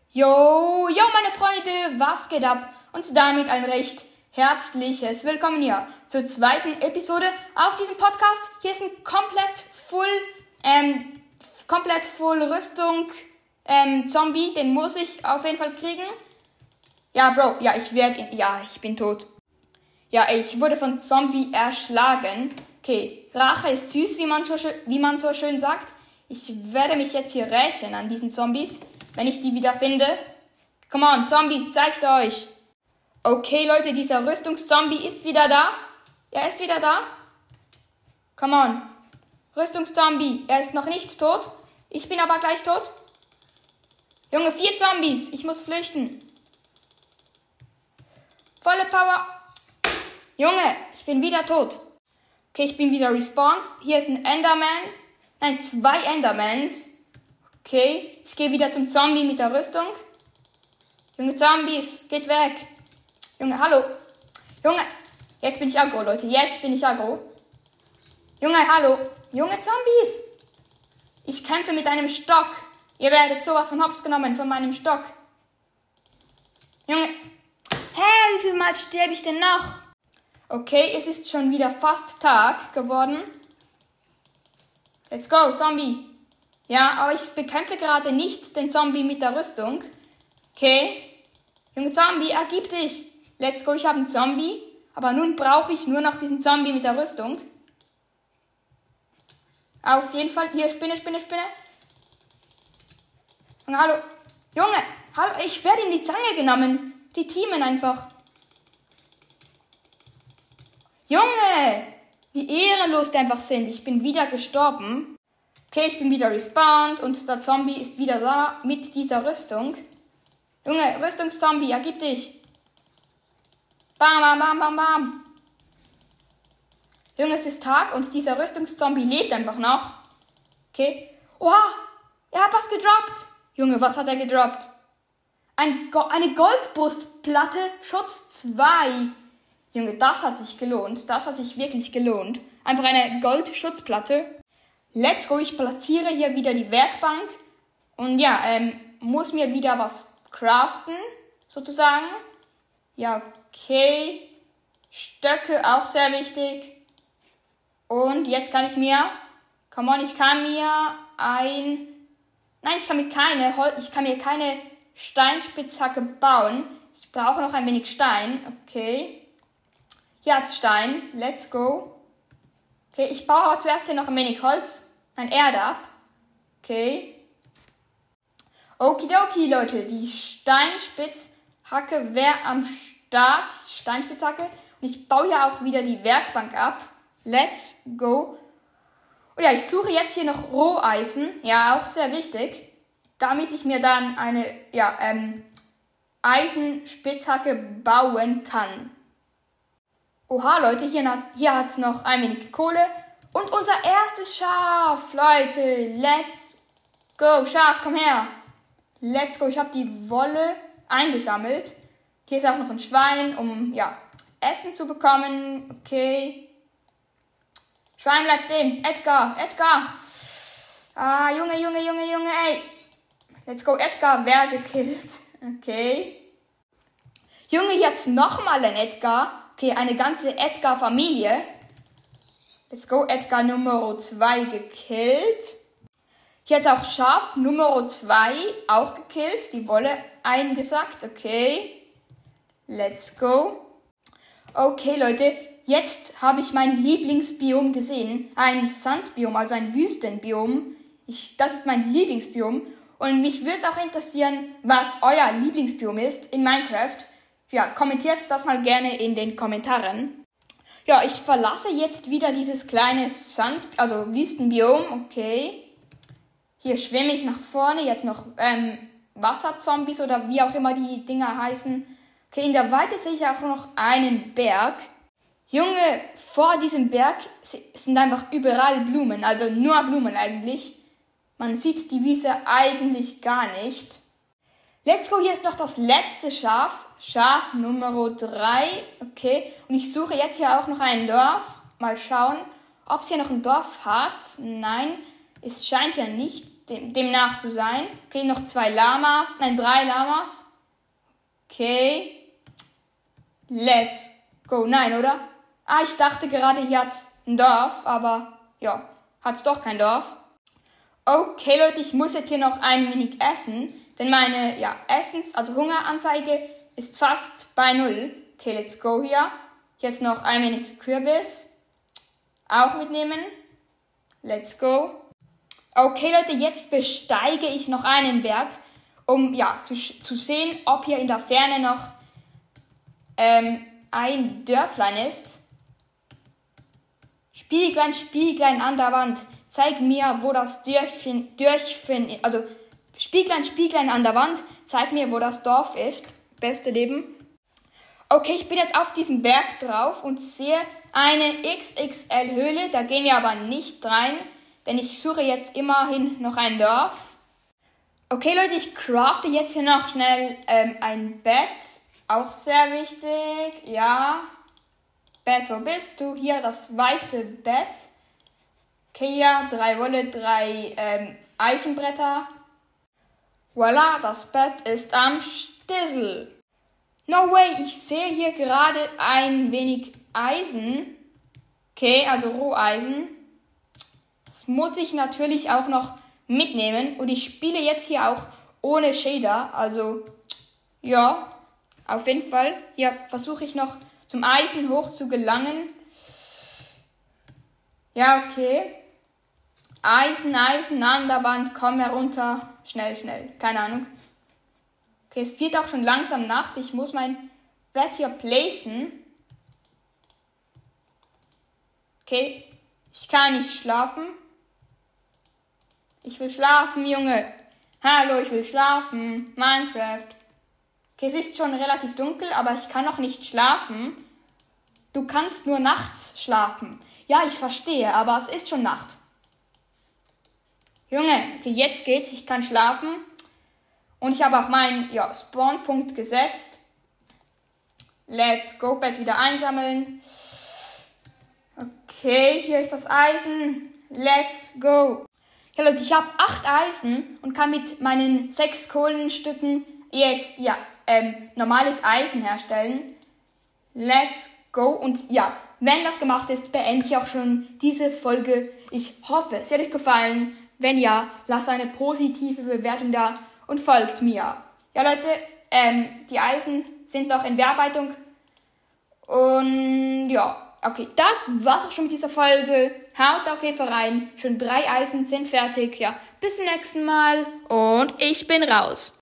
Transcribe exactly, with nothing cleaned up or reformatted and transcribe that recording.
Yo, yo meine Freunde, was geht ab? Und damit ein recht herzliches Willkommen hier zur zweiten Episode auf diesem Podcast. Hier ist ein komplett full, ähm, komplett full Rüstung, ähm, Zombie, den muss ich auf jeden Fall kriegen. Ja, Bro, ja, ich werde, ja, ich bin tot. Ja, ich wurde von Zombie erschlagen. Okay, Rache ist süß, wie man so, wie man so schön sagt. Ich werde mich jetzt hier rächen an diesen Zombies, wenn ich die wieder finde. Come on, Zombies, zeigt euch. Okay, Leute, dieser Rüstungszombie ist wieder da. Er ist wieder da. Come on. Rüstungszombie, er ist noch nicht tot. Ich bin aber gleich tot. Junge, vier Zombies. Ich muss flüchten. Volle Power. Junge, ich bin wieder tot. Okay, ich bin wieder respawned. Hier ist ein Enderman. Nein, zwei Endermans. Okay, ich gehe wieder zum Zombie mit der Rüstung. Junge Zombies, geht weg. Junge, hallo. Junge, jetzt bin ich aggro, Leute. Jetzt bin ich aggro. Junge, hallo. Junge Zombies. Ich kämpfe mit einem Stock. Ihr werdet sowas von hops genommen von meinem Stock. Junge. Hä, wie viel Mal sterbe ich denn noch? Okay, es ist schon wieder fast Tag geworden. Let's go, Zombie. Ja, aber ich bekämpfe gerade nicht den Zombie mit der Rüstung. Okay. Junge Zombie, ergib dich. Let's go, ich habe einen Zombie. Aber nun brauche ich nur noch diesen Zombie mit der Rüstung. Auf jeden Fall. Hier, Spinne, Spinne, Spinne. Junge, hallo. Junge, hallo. Ich werde in die Zange genommen. Die teamen einfach. Junge, wie ehrenlos die einfach sind. Ich bin wieder gestorben. Okay, ich bin wieder respawned und der Zombie ist wieder da mit dieser Rüstung. Junge, Rüstungszombie, ergib dich. Bam, bam, bam, bam, bam. Junge, es ist Tag und dieser Rüstungszombie lebt einfach noch. Okay. Oha, er hat was gedroppt. Junge, was hat er gedroppt? Ein Go- eine Goldbrustplatte, Schutz zwei. Junge, das hat sich gelohnt. Das hat sich wirklich gelohnt. Einfach eine Goldschutzplatte. Let's go, ich platziere hier wieder die Werkbank. Und ja, ähm, muss mir wieder was craften, sozusagen. Ja, okay. Stöcke, auch sehr wichtig. Und jetzt kann ich mir, come on, ich kann mir ein, nein, ich kann mir keine, ich kann mir keine Steinspitzhacke bauen. Ich brauche noch ein wenig Stein, okay. Hier hat's Stein, let's go. Okay, ich baue aber zuerst hier noch ein wenig Holz, ein Erde ab. Okay. Okidoki, Leute, die Steinspitzhacke wäre am Start. Steinspitzhacke. Und ich baue ja auch wieder die Werkbank ab. Let's go. Und ja, ich suche jetzt hier noch Roheisen. Ja, auch sehr wichtig. Damit ich mir dann eine, ja, ähm, Eisenspitzhacke bauen kann. Oha, Leute, hier hat hier hat's noch ein wenig Kohle. Und unser erstes Schaf, Leute. Let's go. Schaf, komm her. Let's go. Ich habe die Wolle eingesammelt. Hier ist auch noch ein Schwein, um, ja, Essen zu bekommen. Okay. Schwein, bleib stehen. Edgar, Edgar. Ah, Junge, Junge, Junge, Junge, ey. Let's go. Edgar, wer gekillt? Okay. Junge, jetzt nochmal ein Edgar. Okay, eine ganze Edgar-Familie. Let's go, Edgar Nummer zwei gekillt. Hier hat auch Schaf Nummer zwei auch gekillt. Die Wolle eingesackt, okay. Let's go. Okay, Leute, jetzt habe ich mein Lieblingsbiom gesehen. Ein Sandbiom, also ein Wüstenbiom. Ich, das ist mein Lieblingsbiom. Und mich würde es auch interessieren, was euer Lieblingsbiom ist in Minecraft. Ja, kommentiert das mal gerne in den Kommentaren. Ja, ich verlasse jetzt wieder dieses kleine Sand, also Wüstenbiom, okay. Hier schwimme ich nach vorne, jetzt noch ähm, Wasserzombies oder wie auch immer die Dinger heißen. Okay, in der Weite sehe ich auch noch einen Berg. Junge, vor diesem Berg sind einfach überall Blumen, also nur Blumen eigentlich. Man sieht die Wiese eigentlich gar nicht. Let's go, hier ist noch das letzte Schaf. Schaf Nummer drei. Okay, und ich suche jetzt hier auch noch ein Dorf. Mal schauen, ob es hier noch ein Dorf hat. Nein, es scheint ja nicht dem, dem nach zu sein. Okay, noch zwei Lamas, nein, drei Lamas. Okay. Let's go. Nein, oder? Ah, ich dachte gerade, hier hat's ein Dorf, aber ja, hat's doch kein Dorf. Okay, Leute, ich muss jetzt hier noch ein wenig essen, denn meine, ja, Essens-, also Hungeranzeige ist fast bei null. Okay, let's go hier. Jetzt noch ein wenig Kürbis. Auch mitnehmen. Let's go. Okay, Leute, jetzt besteige ich noch einen Berg, um, ja, zu, zu sehen, ob hier in der Ferne noch ähm, ein Dörflein ist. Spieglein, Spieglein an der Wand, zeig mir, wo das Dörfchen, Dörfchen ist. Also, Spieglein, Spieglein an der Wand, zeig mir, wo das Dorf ist. Beste Leben. Okay, ich bin jetzt auf diesem Berg drauf und sehe eine X X L-Höhle. Da gehen wir aber nicht rein, denn ich suche jetzt immerhin noch ein Dorf. Okay, Leute, ich crafte jetzt hier noch schnell ähm, ein Bett. Auch sehr wichtig. Ja. Bett, wo bist du? Hier das weiße Bett. Okay, hier drei Wolle, drei ähm, Eichenbretter. Voila, das Bett ist am Stissel. No way, ich sehe hier gerade ein wenig Eisen. Okay, also Roheisen. Das muss ich natürlich auch noch mitnehmen. Und ich spiele jetzt hier auch ohne Shader. Also, ja, auf jeden Fall. Hier versuche ich noch zum Eisen hoch zu gelangen. Ja, okay. Eisen, Eisen an der Wand, komm herunter. Schnell, schnell. Keine Ahnung. Okay, es wird auch schon langsam Nacht. Ich muss mein Bett hier placen. Okay, ich kann nicht schlafen. Ich will schlafen, Junge. Hallo, ich will schlafen. Minecraft. Okay, es ist schon relativ dunkel, aber ich kann noch nicht schlafen. Du kannst nur nachts schlafen. Ja, ich verstehe, aber es ist schon Nacht. Junge, okay, jetzt geht's. Ich kann schlafen. Und ich habe auch meinen, ja, Spawnpunkt gesetzt. Let's go, Bett wieder einsammeln. Okay, hier ist das Eisen. Let's go. Ja, Leute, ich habe acht Eisen und kann mit meinen sechs Kohlenstücken jetzt, ja, ähm, normales Eisen herstellen. Let's go. Und ja, wenn das gemacht ist, beende ich auch schon diese Folge. Ich hoffe, es hat euch gefallen. Wenn ja, lasst eine positive Bewertung da und folgt mir. Ja, Leute, ähm, die Eisen sind noch in Bearbeitung. Und ja, okay, das war's auch schon mit dieser Folge. Haut auf jeden Fall rein. Schon drei Eisen sind fertig. Ja, bis zum nächsten Mal und ich bin raus.